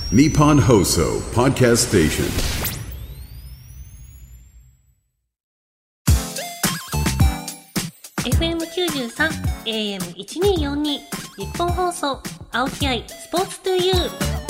Nippon Hoso Podcast Station。 FM93 AM1242 日本放送青木愛スポーツトゥーユー。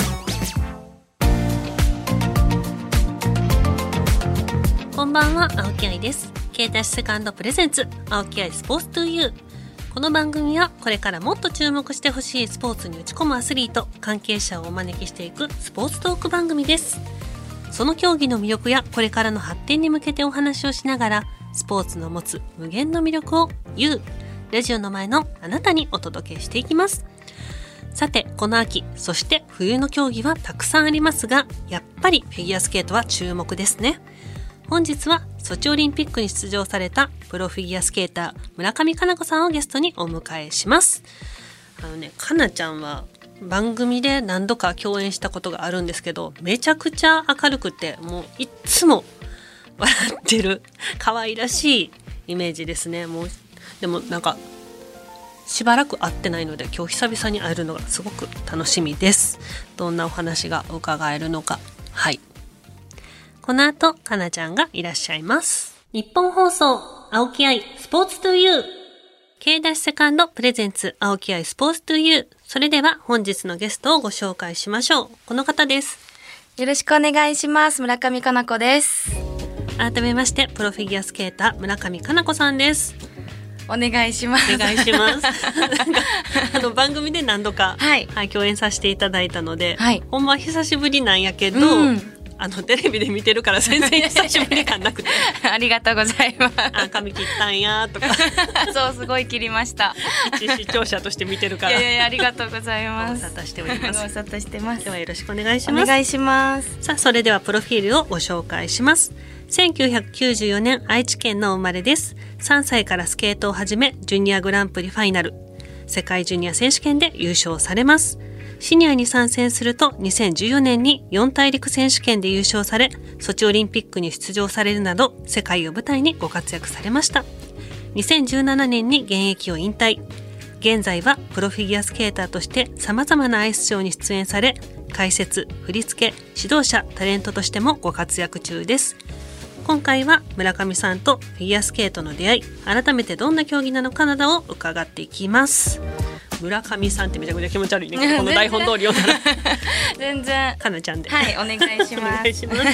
こんばんは、青木愛です。Kダッシュセカンドプレゼンツ青木愛スポーツトゥーユー。この番組はこれからもっと注目してほしいスポーツに打ち込むアスリート、関係者をお招きしていくスポーツトーク番組です。その競技の魅力やこれからの発展に向けてお話をしながら、スポーツの持つ無限の魅力をラジオの前のあなたにお届けしていきます。さて、この秋、そして冬の競技はたくさんありますが、やっぱりフィギュアスケートは注目ですね。本日はソチオリンピックに出場されたプロフィギュアスケーター村上佳菜子さんをゲストにお迎えします。かなちゃんは番組で何度か共演したことがあるんですけど、めちゃくちゃ明るくて、もういつも笑ってる可愛らしいイメージですね。でもなんかしばらく会ってないので、今日久々に会えるのがすごく楽しみです。どんなお話が伺えるのか。はい。この後、かなちゃんがいらっしゃいます。日本放送、青木愛スポーツトゥーユー。Kダッシュセカンドプレゼンツ青木愛スポーツトゥーユー。それでは本日のゲストをご紹介しましょう。この方です。 よろしくお願いします。村上佳菜子です。 改めまして、プロフィギュアスケーター村上佳菜子さんです。 お願いします。 お願いします。番組で何度か、 はい共演させていただいたので、 はい、 ほんま久しぶりなんやけど、テレビで見てるから全然久しぶり感なくてありがとうございます。 髪切ったんやとかそう、すごい切りました。 一視聴者として見てるから。 いやありがとうございます。 ご無沙汰しております。 ご無沙汰してます。 ではよろしくお願いします。 お願いします。 さあ、それではプロフィールをご紹介します。1994年愛知県の生まれです。3歳からスケートを始め、ジュニアグランプリファイナル、世界ジュニア選手権で優勝されます。シニアに参戦すると2014年に4大陸選手権で優勝され、ソチオリンピックに出場されるなど世界を舞台にご活躍されました。2017年に現役を引退。現在はプロフィギュアスケーターとして様々なアイスショーに出演され、解説、振付、指導者、タレントとしてもご活躍中です。今回は村上さんとフィギュアスケートの出会い、改めてどんな競技なのかなどを伺っていきます。村上さんってめちゃくちゃ気持ち悪いね。この台本通り読んだら全然かなちゃんで、 はい、お願いします。 お願いしますフ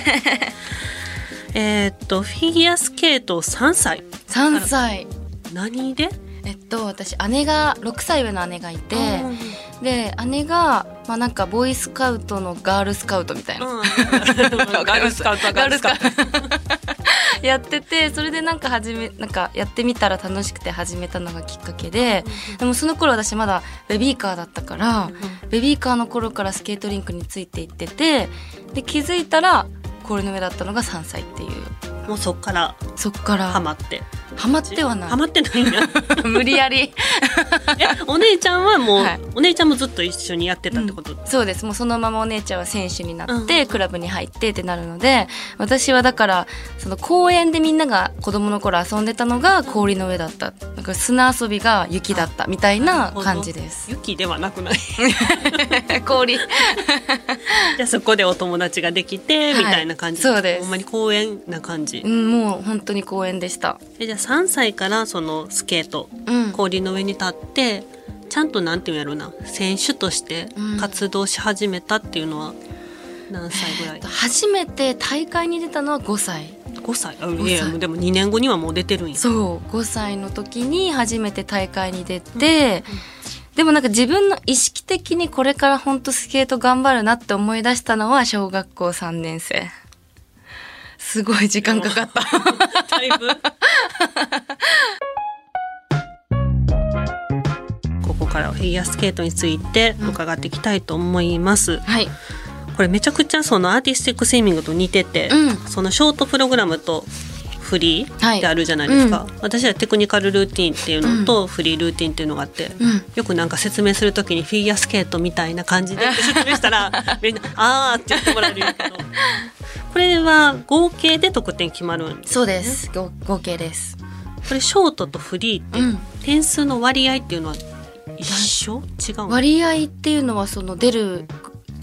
ィギュアスケート3歳 3歳何で？ 私姉が6歳上の姉がいて、で姉が、なんかボーイスカウトのガールスカウトみたいな、 ガールスカウトはガールスカウトやってて、それでなんかやってみたら楽しくて始めたのがきっかけで、でもその頃私まだベビーカーだったから、ベビーカーの頃からスケートリンクについて行ってて、で気づいたら氷の上だったのが3歳っていう。 もうそっからハマってはない。 ハマってないんだ無理やりお姉ちゃんはもう、お姉ちゃんもずっと一緒にやってたってこと？ そうです。もうそのままお姉ちゃんは選手になって、クラブに入ってってなるので、私はだからその公園でみんなが子供の頃遊んでたのが氷の上だった。なんか砂遊びが雪だったみたいな感じです。 雪ではなくない氷じゃあそこでお友達ができてみたいな感じ、 そうです。 ほんまに公園な感じ。 もう本当に公園でした。 じゃあ3歳からそのスケート、氷の上に立ってちゃんとなんていうんやろな、選手として活動し始めたっていうのは何歳ぐらい？ 初めて大会に出たのは5歳。 5歳？いやでも2年後にはもう出てるんや。 そう、5歳の時に初めて大会に出て、でもなんか自分の意識的にこれから本当スケート頑張るなって思い出したのは小学校3年生。すごい時間かかっただいぶここからフィギュアスケートについて伺っていきたいと思います、 はい。 これめちゃくちゃそのアーティスティックスイミングと似てて、そのショートプログラムとフリーってあるじゃないですか、私はテクニカルルーティンっていうのとフリールーティンっていうのがあって、よくなんか説明するときにフィギュアスケートみたいな感じでって説明したらみんなあーって言ってもらえるんやけどこれは合計で得点決まるんですね。 そうです。合計です。 これショートとフリーって点数の割合っていうのは一緒？違うの？ 割合っていうのはその出る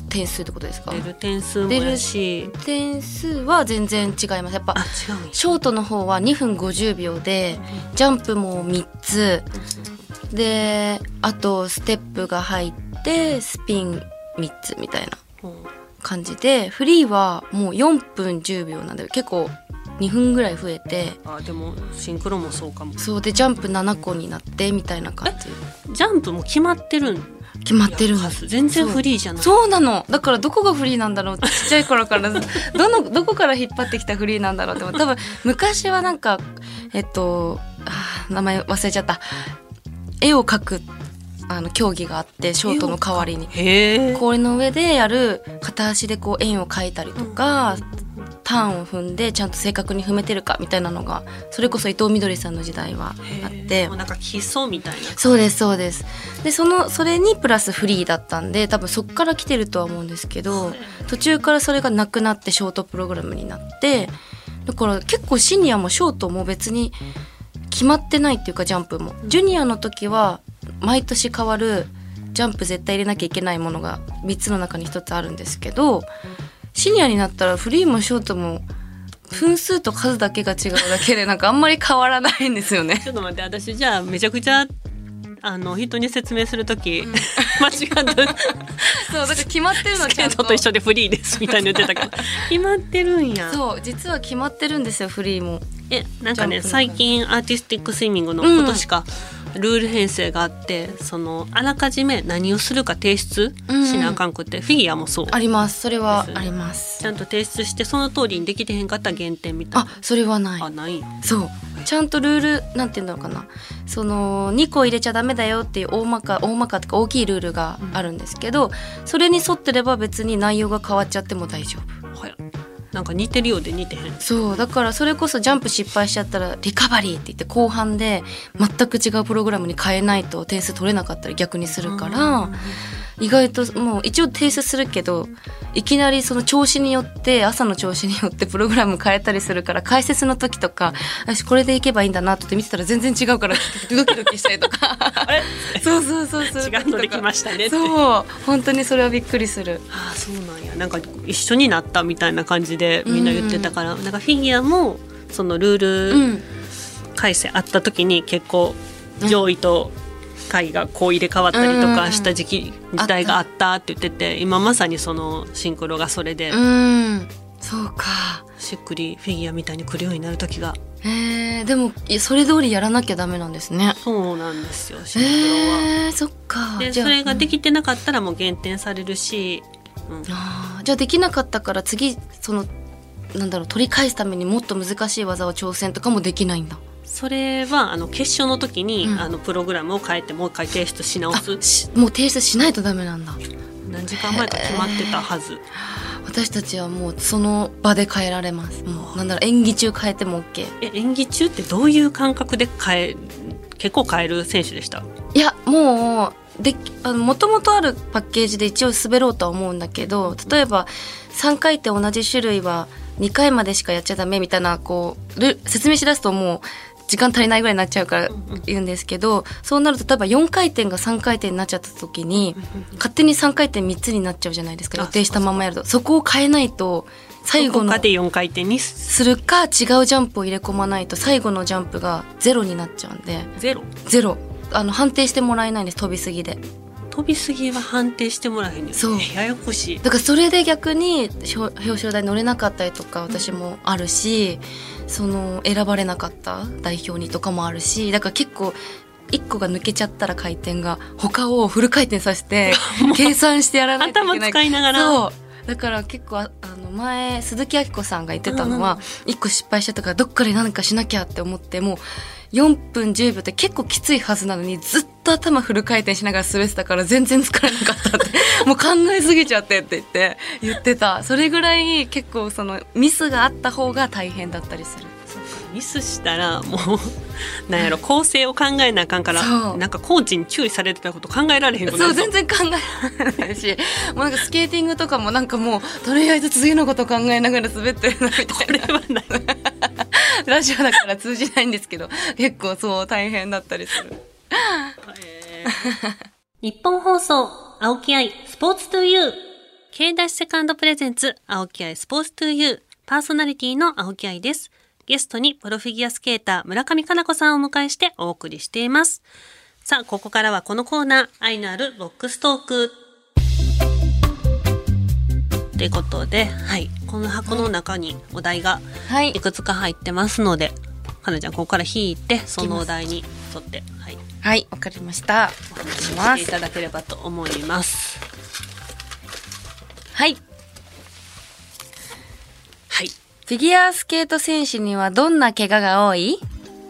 点数ってことですか？ 出る点数もやし、 点数は全然違います。やっぱ違うんや。 ショートの方は2分50秒でジャンプも3つで、あとステップが入ってスピン3つみたいな感じで、フリーはもう4分10秒なんで結構2分ぐらい増えて、 でもシンクロもそうかも。 そうでジャンプ7個になってみたいな感じ。 ジャンプも決まってるん？ 決まってるんです。 全然フリーじゃない。 そうなの。だからどこがフリーなんだろうって、ちっちゃい頃からどこから引っ張ってきたフリーなんだろうって。多分昔はなんか名前忘れちゃった。絵を描く競技があって、ショートの代わりに氷の上でやる、片足でこう円を描いたりとか、ターンを踏んでちゃんと正確に踏めてるかみたいなのが、それこそ伊藤みどりさんの時代はあって、 もうなんか基礎みたいな。 そうですそうです。でそれにプラスフリーだったんで、多分そっから来てるとは思うんですけど、途中からそれがなくなってショートプログラムになって、だから結構シニアもショートも別に決まってないっていうか、ジャンプもジュニアの時は毎年変わるジャンプ絶対入れなきゃいけないものが3つの中に1つあるんですけど、シニアになったらフリーもショートも分数と数だけが違うだけでなんかあんまり変わらないんですよね。 ちょっと待って、私じゃあめちゃくちゃ人に説明するとき、間違ったそうだから決まってるのちゃんとスケートと一緒でフリーですみたいに言ってたから決まってるんや。 そう実は決まってるんですよ、フリーも。 なんかね、最近アーティスティックスイミングの今年か、ルール編成があって、あらかじめ何をするか提出しなあかんくて、フィギュアもそうあります。それはあります。 ちゃんと提出してその通りにできてへんかったら減点みたいな。 それはない。 ない。 そうちゃんとルールなんていうのかな、2個入れちゃダメだよっていう大まかとか大きいルールがあるんですけど、それに沿ってれば別に内容が変わっちゃっても大丈夫。 なんか似てるようで似てへん。 そうだからそれこそジャンプ失敗しちゃったらリカバリーって言って後半で全く違うプログラムに変えないと点数取れなかったり逆にするから、意外ともう一応提出するけど、いきなりその調子によって朝の調子によってプログラム変えたりするから、解説の時とか私これでいけばいいんだなって見てたら全然違うからドキドキしたりとかあれそう違うのできましたねって。 そう本当にそれはびっくりする。 そうなんや。なんか一緒になったみたいな感じでみんな言ってたから、なんかフィギュアもそのルール改正あった時に結構上位と回がこう入れ替わったりとかした時代があったって言ってて、今まさにそのシンクロがそれで、そうか、しっくりフィギュアみたいに来るようになる時が。 でもそれ通りやらなきゃダメなんですね。 そうなんですよ、シンクロは。 そっか。 でそれができてなかったらもう減点されるし、 じゃあできなかったから次取り返すためにもっと難しい技を挑戦とかもできないんだ。 それは決勝の時に、プログラムを変えてもう一回提出し直す。 もう提出しないとダメなんだ。 何時間前か決まってたはず。 私たちはもうその場で変えられます。もう演技中変えても OK。 演技中ってどういう感覚で結構変える選手でした？ いやもうもともとあるパッケージで一応滑ろうとは思うんだけど、例えば3回転同じ種類は2回までしかやっちゃダメみたいな説明しだすともう時間足りないぐらいになっちゃうから言うんですけど、そうなると例えば4回転が3回転になっちゃった時に勝手に3回転3つになっちゃうじゃないですか、予定したままやると。そこを変えないと最後ので4回転にするか、違うジャンプを入れ込まないと最後のジャンプがゼロになっちゃうんで。ゼロ判定してもらえないんです。飛びすぎで。 飛びすぎは判定してもらえへんです。ややこしい。 だからそれで逆に表彰台に乗れなかったりとか私もあるし、選ばれなかった代表にとかもあるし、だから結構1個が抜けちゃったら回転が他をフル回転させて計算してやらないといけない。 頭使いながら。 そうだから結構前鈴木明子さんが言ってたのは、1個失敗しちゃったからどっかで何かしなきゃって思って、もう4分10秒って結構きついはずなのにずっと頭フル回転しながら滑ってたから全然疲れなかったってもう考えすぎちゃってって言ってた。それぐらい結構ミスがあった方が大変だったりする。 ミスしたらもうなんやろ、構成を考えなあかんから、なんかコーチに注意されてたこと考えられへんことない。 そう全然考えられないし、もうなんかスケーティングとかもなんかもうとりあえず次のこと考えながら滑ってるなみたいな。 これはないラジオだから通じないんですけど、結構そう大変だったりする。 日本放送青木愛スポーツトゥユー。 K ダッシュセカンドプレゼンツ青木愛スポーツ 2U パーソナリティの青木愛です。ゲストにプロフィギュアスケーター村上佳菜子さんをお迎えしてお送りしています。さあ、ここからはこのコーナー、愛のあるボックストークということで、はい、この箱の中にお題がいくつか入ってますので、かなちゃんここから引いてそのお題に沿ってはい、わかりました。 お話ししていただければと思います。 はいはい。フィギュアスケート選手にはどんな怪我が多い？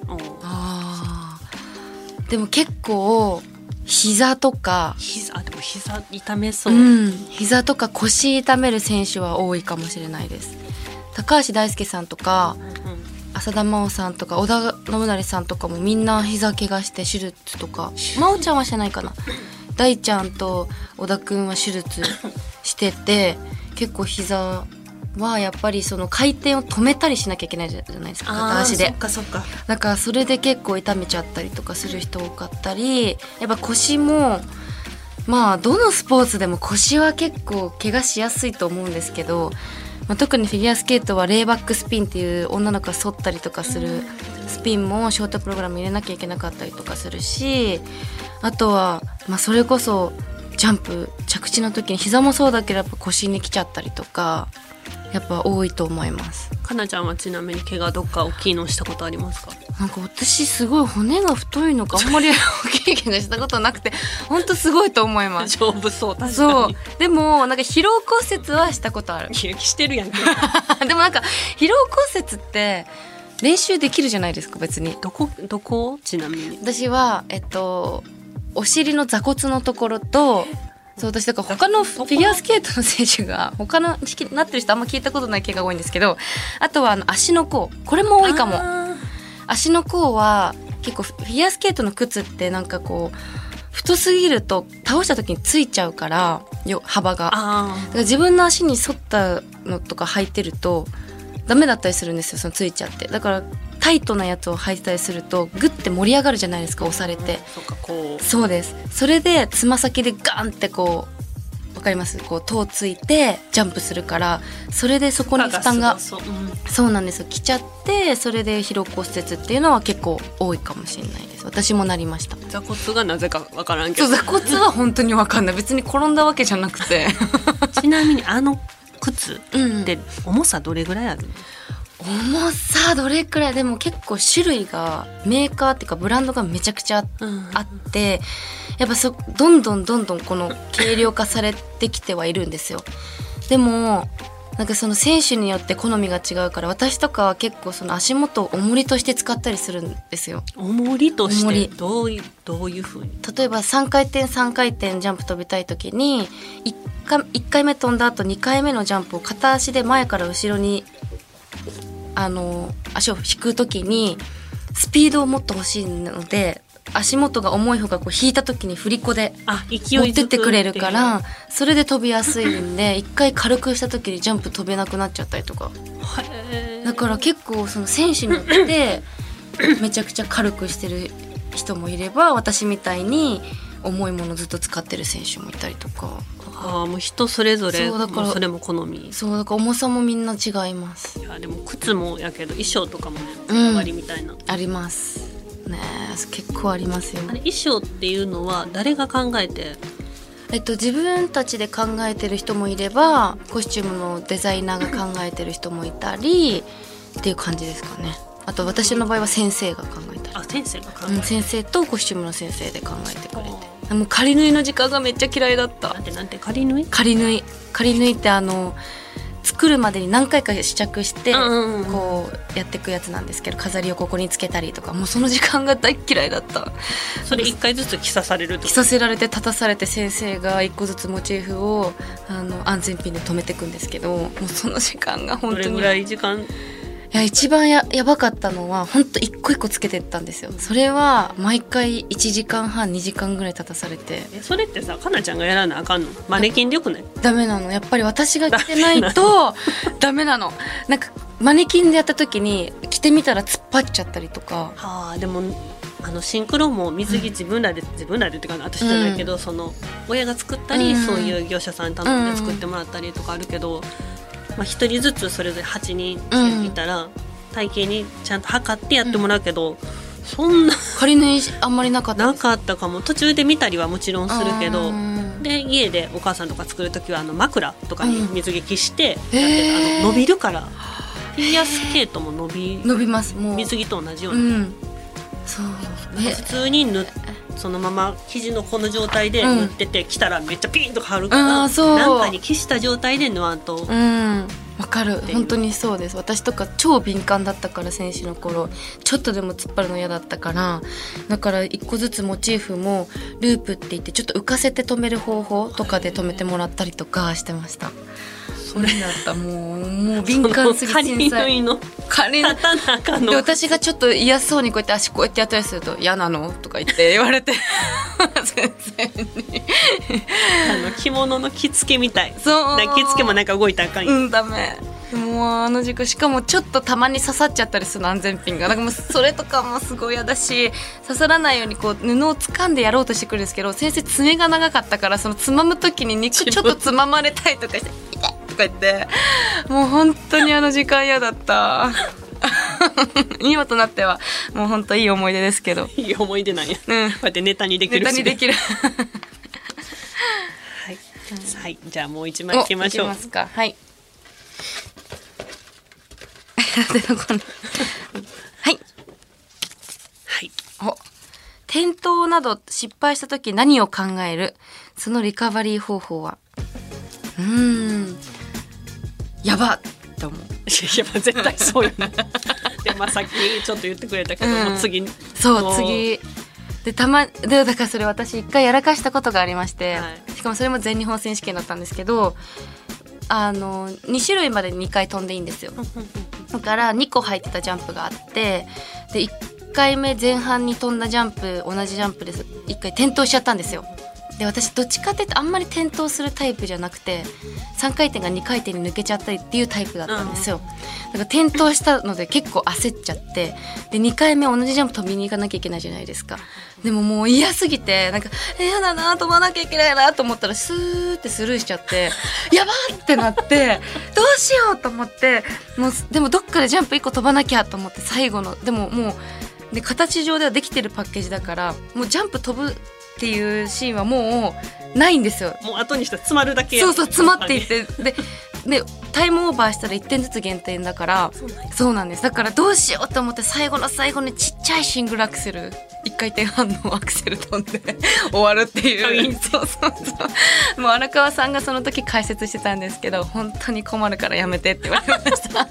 でも結構膝とかでも膝痛めそう、 膝とか腰痛める選手は多いかもしれないです。高橋大輔さんとか、浅田真央さんとか織田信成さんとかもみんな膝怪我して手術とか、真央ちゃんはしてないかな。大ちゃんと織田くんは手術してて、結構膝はやっぱりその回転を止めたりしなきゃいけないじゃないですか、片足で。 そっかだからそれで結構痛めちゃったりとかする人多かったり、やっぱ腰もまあどのスポーツでも腰は結構怪我しやすいと思うんですけど、特にフィギュアスケートはレイバックスピンっていう女の子が反ったりとかするスピンもショートプログラム入れなきゃいけなかったりとかするし、あとはそれこそジャンプ着地の時に膝もそうだけどやっぱ腰にきちゃったりとかやっぱ多いと思います。 かなちゃんはちなみに怪我どっか大きいのしたことありますか？ なんか私すごい骨が太いのかあんまり大きい怪我したことなくて本当すごいと思います。 丈夫そう。確かに。 そうでもなんか疲労骨折はしたことある。 してるやんけでもなんか疲労骨折って練習できるじゃないですか。別にどこちなみに私はお尻の座骨のところと、そう私だから他のフィギュアスケートの選手が他のなってる人あんま聞いたことない怪我が多いんですけど、あとは足の甲、これも多いかも。足の甲は結構フィギュアスケートの靴ってなんかこう太すぎると倒した時についちゃうから幅が。だから自分の足に沿ったのとか履いてるとダメだったりするんですよ、そのついちゃって。だからタイトなやつを履いてたりするとグッて盛り上がるじゃないですか、押されて。そうです。それでつま先でガンってこうわかります、こうtoeついてジャンプするから、それでそこに負担がそうなんですよ、来ちゃって、それで疲労骨折っていうのは結構多いかもしれないです。私もなりました。 座骨がなぜかわからんけど。 そう、座骨は本当にわかんない。別に転んだわけじゃなくてちなみに靴って重さどれぐらいあるの？ 重さどれくらいでも結構種類がメーカーっていうかブランドがめちゃくちゃあって、やっぱどんどんこの軽量化されてきてはいるんですよ。でもなんかその選手によって好みが違うから、私とかは結構その足元を重りとして使ったりするんですよ。 重りとしてどういう風に？ 例えば3回転ジャンプ飛びたい時に1回目飛んだ後2回目のジャンプを片足で前から後ろに足を引く時にスピードをもっと欲しいので、足元が重い方がこう引いた時に振り子で持ってってくれるから、それで飛びやすいんで一回軽くした時にジャンプ飛べなくなっちゃったりとか。だから結構その選手によってめちゃくちゃ軽くしてる人もいれば、私みたいに重いものずっと使ってる選手もいたりとか。 もう人それぞれ。そうだからそれも好み。 そうだから重さもみんな違います。 いやでも靴もやけど衣装とかもね、こだわりみたいな、 ありますね。結構ありますよ。 衣装っていうのは誰が考えて？ 自分たちで考えてる人もいれば、コスチュームのデザイナーが考えてる人もいたりっていう感じですかね。あと私の場合は先生が考えたり。 先生が考えたり。 先生とコスチュームの先生で考えてくれて。もう仮縫いの時間がめっちゃ嫌いだった。 なんて仮縫いって作るまでに何回か試着して、こうやっていくやつなんですけど、飾りをここにつけたりとか、もうその時間が大嫌いだった。 それ1回ずつ着さされると？着させられて立たされて、先生が1個ずつモチーフを安全ピンで留めていくんですけど、もうその時間が本当に。どれぐらい時間？いや一番やばかったのは本当一個一個つけてったんですよ。それは毎回1時間半2時間ぐらい立たされて。 それってさ、かなちゃんがやらなあかんの？マネキンでよくない？ ダメなの。やっぱり私が着てないとダメなの。なんかマネキンでやった時に着てみたら突っ張っちゃったりとか。 はあ、でもシンクロも水着自分らでっていうか私じゃないけど、その親が作ったり、そういう業者さんに頼んで作ってもらったりとかあるけど、1人ずつそれぞれ8人いたら、体型にちゃんと測ってやってもらうけど、そんな仮縫いあんまりなかったなかったかも。途中で見たりはもちろんするけど、で家でお母さんとか作るときは枕とかに水着着してやって伸びるから、フィギュアスケートも伸びますもう水着と同じような、 そう普通にそのまま生地のこの状態で縫ってて、着たらめっちゃピンと張るから、なんかに着した状態で縫わんと。 わかる、本当にそうです。私とか超敏感だったから、選手の頃ちょっとでも突っ張るの嫌だったから、だから一個ずつモチーフもループって言ってちょっと浮かせて止める方法とかで止めてもらったりとかしてました。それだったもう敏感すぎて仮縫いの仮立たなあかんの。 で私がちょっと嫌そうにこうやって足こうやってやったりすると嫌なのとか言われて先生に着物の着付けみたい。 そう着付けもなんか動いたらあかんよ。 ダメ。もう時間しかもちょっとたまに刺さっちゃったりするの、安全ピンが。なんかもうそれとかもすごい嫌だし、刺さらないようにこう布を掴んでやろうとしてくるんですけど、先生爪が長かったから、そのつまむ時に肉ちょっとつままれたりとかして痛いとか言って、もう本当に時間嫌だった今となってはもう本当いい思い出ですけど。 いい思い出なんや、こうやってネタにできるし、 ネタにできるはい、じゃあもう一枚いきましょう。 いきますか。はいはい、転倒など失敗した時何を考える？そのリカバリー方法は？やばって思う。いや絶対そうよねで、さっきちょっと言ってくれたけど、もう次でだからそれ私一回やらかしたことがありまして、しかもそれも全日本選手権だったんですけど、2種類まで2回飛んでいいんですよ。だから2個入ってたジャンプがあって、で1回目前半に飛んだジャンプ、同じジャンプです1回転倒しちゃったんですよ。で私どっちかっていうとあんまり転倒するタイプじゃなくて、3回転が2回転に抜けちゃったりっていうタイプだったんですよ。だから転倒したので結構焦っちゃって、で2回目同じジャンプ飛びに行かなきゃいけないじゃないですか。でももう嫌すぎて、なんか嫌だな、飛ばなきゃいけないなと思ったらスーってスルーしちゃってやばーってなってどうしようと思って、もうでもどっかでジャンプ1個飛ばなきゃと思って、最後のでももうで形上ではできてるパッケージだから、もうジャンプ飛ぶっていうシーンはもうないんですよ。 もう後にしたら詰まるだけ。 そう詰まっていってでタイムオーバーしたら1点ずつ減点だから、そうなんです。だからどうしようと思って、最後の最後にちっちゃいシングルアクセル1回転半のアクセル飛んで終わるっていうそうもう荒川さんがその時解説してたんですけど、本当に困るからやめてって言われました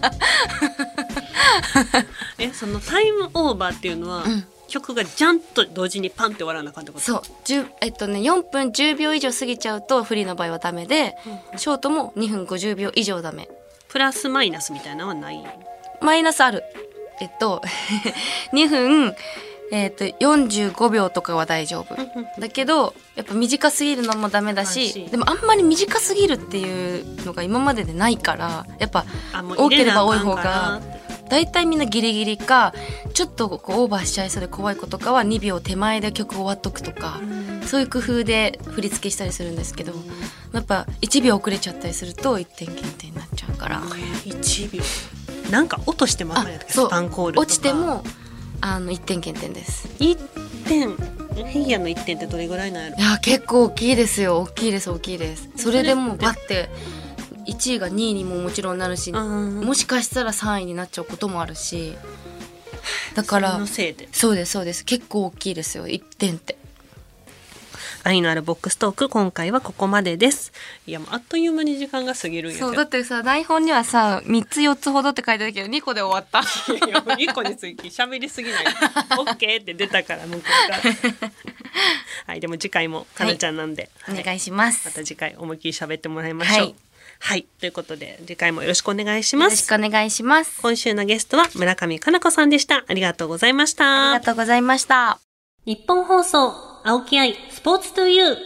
そのタイムオーバーっていうのは、曲がジャンと同時にパンって終わらなあかんってこと？ そう、4分10秒以上過ぎちゃうとフリーの場合はダメで、ショートも2分50秒以上ダメ。 プラスマイナスみたいなのはない？ マイナスある。2分45秒とかは大丈夫だけど、やっぱ短すぎるのもダメだし、でもあんまり短すぎるっていうのが今まででないから、やっぱ多ければ多い方が、だいたいみんなギリギリか、ちょっとこうオーバーしちゃいそうで怖い子とかは2秒手前で曲終わっとくとか、そういう工夫で振り付けしたりするんですけど、やっぱ1秒遅れちゃったりすると1点減点になっちゃうから。 1秒なんか落としてもあかんやったっけ？スパンコールとか落ちても1点減点です。 1点フィギュアの1点ってどれぐらいなんやろ？ いや結構大きいですよ。大きいです。それでもうバッて1位が2位にももちろんなるし、もしかしたら3位になっちゃうこともあるし、だからそのせいで。 そうです結構大きいですよ、1点って。 愛のあるボックストーク、今回はここまでです。いやもうあっという間に時間が過ぎるんや。 そうだってさ、台本にはさ3つ4つほどって書いてあるけど2個で終わった。 いや2個について喋りすぎないオッケーって出たから向こうからはいでも次回もかなちゃんなんで、 お願いします。 また次回思いっきり喋ってもらいましょう。はいということで次回もよろしくお願いします。 よろしくお願いします。 今週のゲストは村上佳菜子さんでした。ありがとうございました。 ありがとうございました。 日本放送青木愛スポーツトゥユー。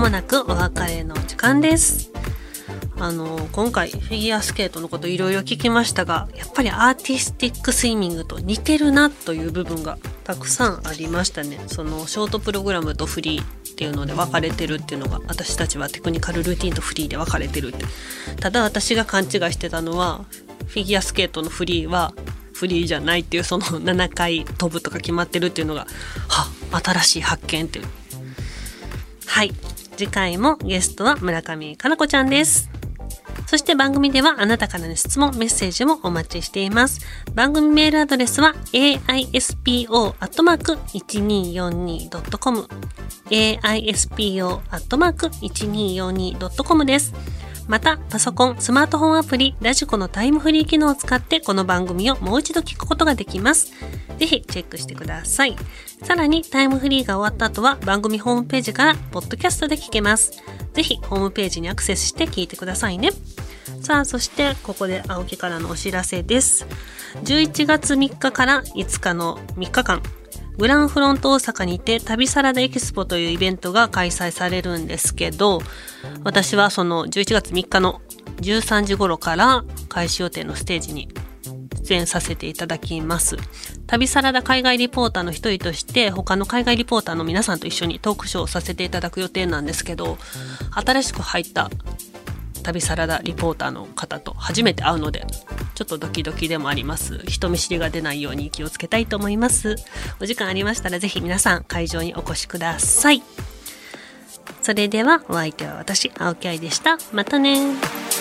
もなくお別れの時間です。今回フィギュアスケートのこといろいろ聞きましたが、やっぱりアーティスティックスイミングと似てるなという部分がたくさんありましたね。そのショートプログラムとフリーっていうので分かれてるっていうのが、私たちはテクニカルルーティンとフリーで分かれてるって。ただ私が勘違いしてたのは、フィギュアスケートのフリーはフリーじゃないっていう、その7回飛ぶとか決まってるっていうのが新しい発見っていう。はい、次回もゲストは村上佳菜子ちゃんです。そして番組ではあなたからの質問、メッセージもお待ちしています。番組メールアドレスは aispo@1242.com aispo@1242.com です。また、パソコン、スマートフォンアプリ、ラジコのタイムフリー機能を使ってこの番組をもう一度聞くことができます。ぜひチェックしてください。さらにタイムフリーが終わった後は番組ホームページからポッドキャストで聞けます。ぜひホームページにアクセスして聞いてくださいね。さあ、そしてここで青木からのお知らせです。11月3日から5日の3日間、グランフロント大阪にて旅サラダエキスポというイベントが開催されるんですけど、私はその11月3日の13時頃から開始予定のステージに出演させていただきます。旅サラダ海外リポーターの一人として他の海外リポーターの皆さんと一緒にトークショーをさせていただく予定なんですけど、新しく入った旅サラダリポーターの方と初めて会うのでちょっとドキドキでもあります。人見知りが出ないように気をつけたいと思います。お時間ありましたらぜひ皆さん会場にお越しください。それではお相手は私青木愛でした。またね。